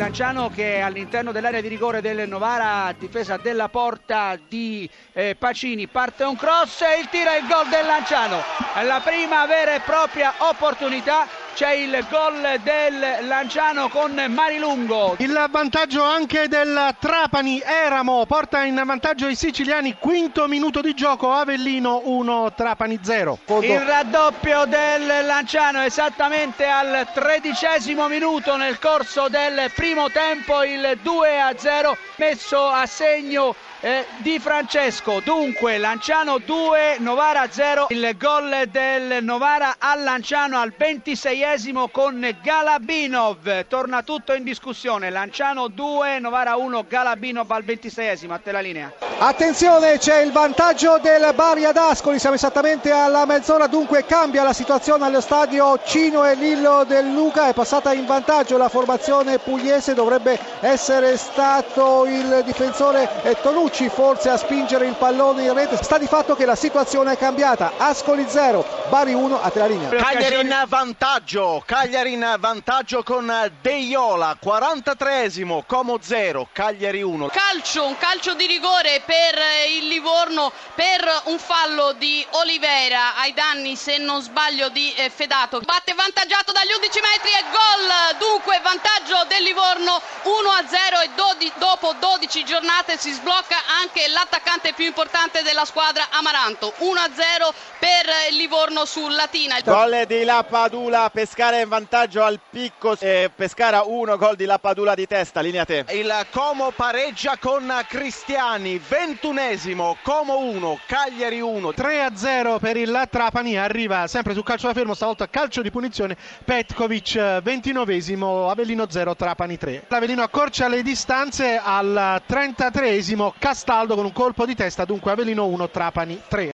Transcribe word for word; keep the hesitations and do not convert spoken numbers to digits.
Lanciano che all'interno dell'area di rigore del Novara, difesa della porta di eh, Pacini, parte un cross e il tiro e il gol del Lanciano. La prima vera e propria opportunità, c'è il gol del Lanciano con Marilungo. Il vantaggio anche del Trapani, Eramo porta in vantaggio i siciliani, quinto minuto di gioco, Avellino uno, Trapani zero. Il raddoppio del Lanciano esattamente al tredicesimo minuto nel corso del primo tempo, il due a zero messo a segno eh, Di Francesco. Dunque Lanciano due, Novara zero, il gol del Novara al Lanciano al ventiseiesimo con Galabinov. Torna tutto in discussione, Lanciano due, Novara uno, Galabinov al ventiseiesimo. A te la linea. Attenzione, c'è il vantaggio del Bari ad Ascoli, siamo esattamente alla mezz'ora, dunque cambia la situazione allo stadio Cino e Lillo del Luca, è passata in vantaggio la formazione pugliese, dovrebbe essere stato il difensore Tonucci forse a spingere il pallone in rete, sta di fatto che la situazione è cambiata, Ascoli zero, Bari uno, a te la linea. Cagliari in vantaggio, Cagliari in vantaggio con Deiola, quarantatreesimo, Como zero, Cagliari uno. Calcio, un calcio di rigore per il Livorno per un fallo di Olivera ai danni, se non sbaglio, di eh, Fedato. Batte vantaggiato dagli undici metri e gol, dunque vantaggio del Livorno uno a zero e dodici, dopo dodici giornate si sblocca anche l'attaccante più importante della squadra, Amaranto. uno a zero per il Livorno sul Latina. Gol di Lappadula, Pescara in vantaggio al picco, eh, Pescara uno, gol di Lappadula di testa, linea te. Il Como pareggia con Cristiani, ventunesimo, Como uno, Cagliari uno. tre a zero per il Trapani, arriva sempre sul calcio da fermo, stavolta calcio di punizione, Petkovic, ventinovesimo, Avellino zero, Trapani tre. L'Avellino accorcia le distanze al trentatreesimo, Castaldo con un colpo di testa, dunque Avellino uno, Trapani tre.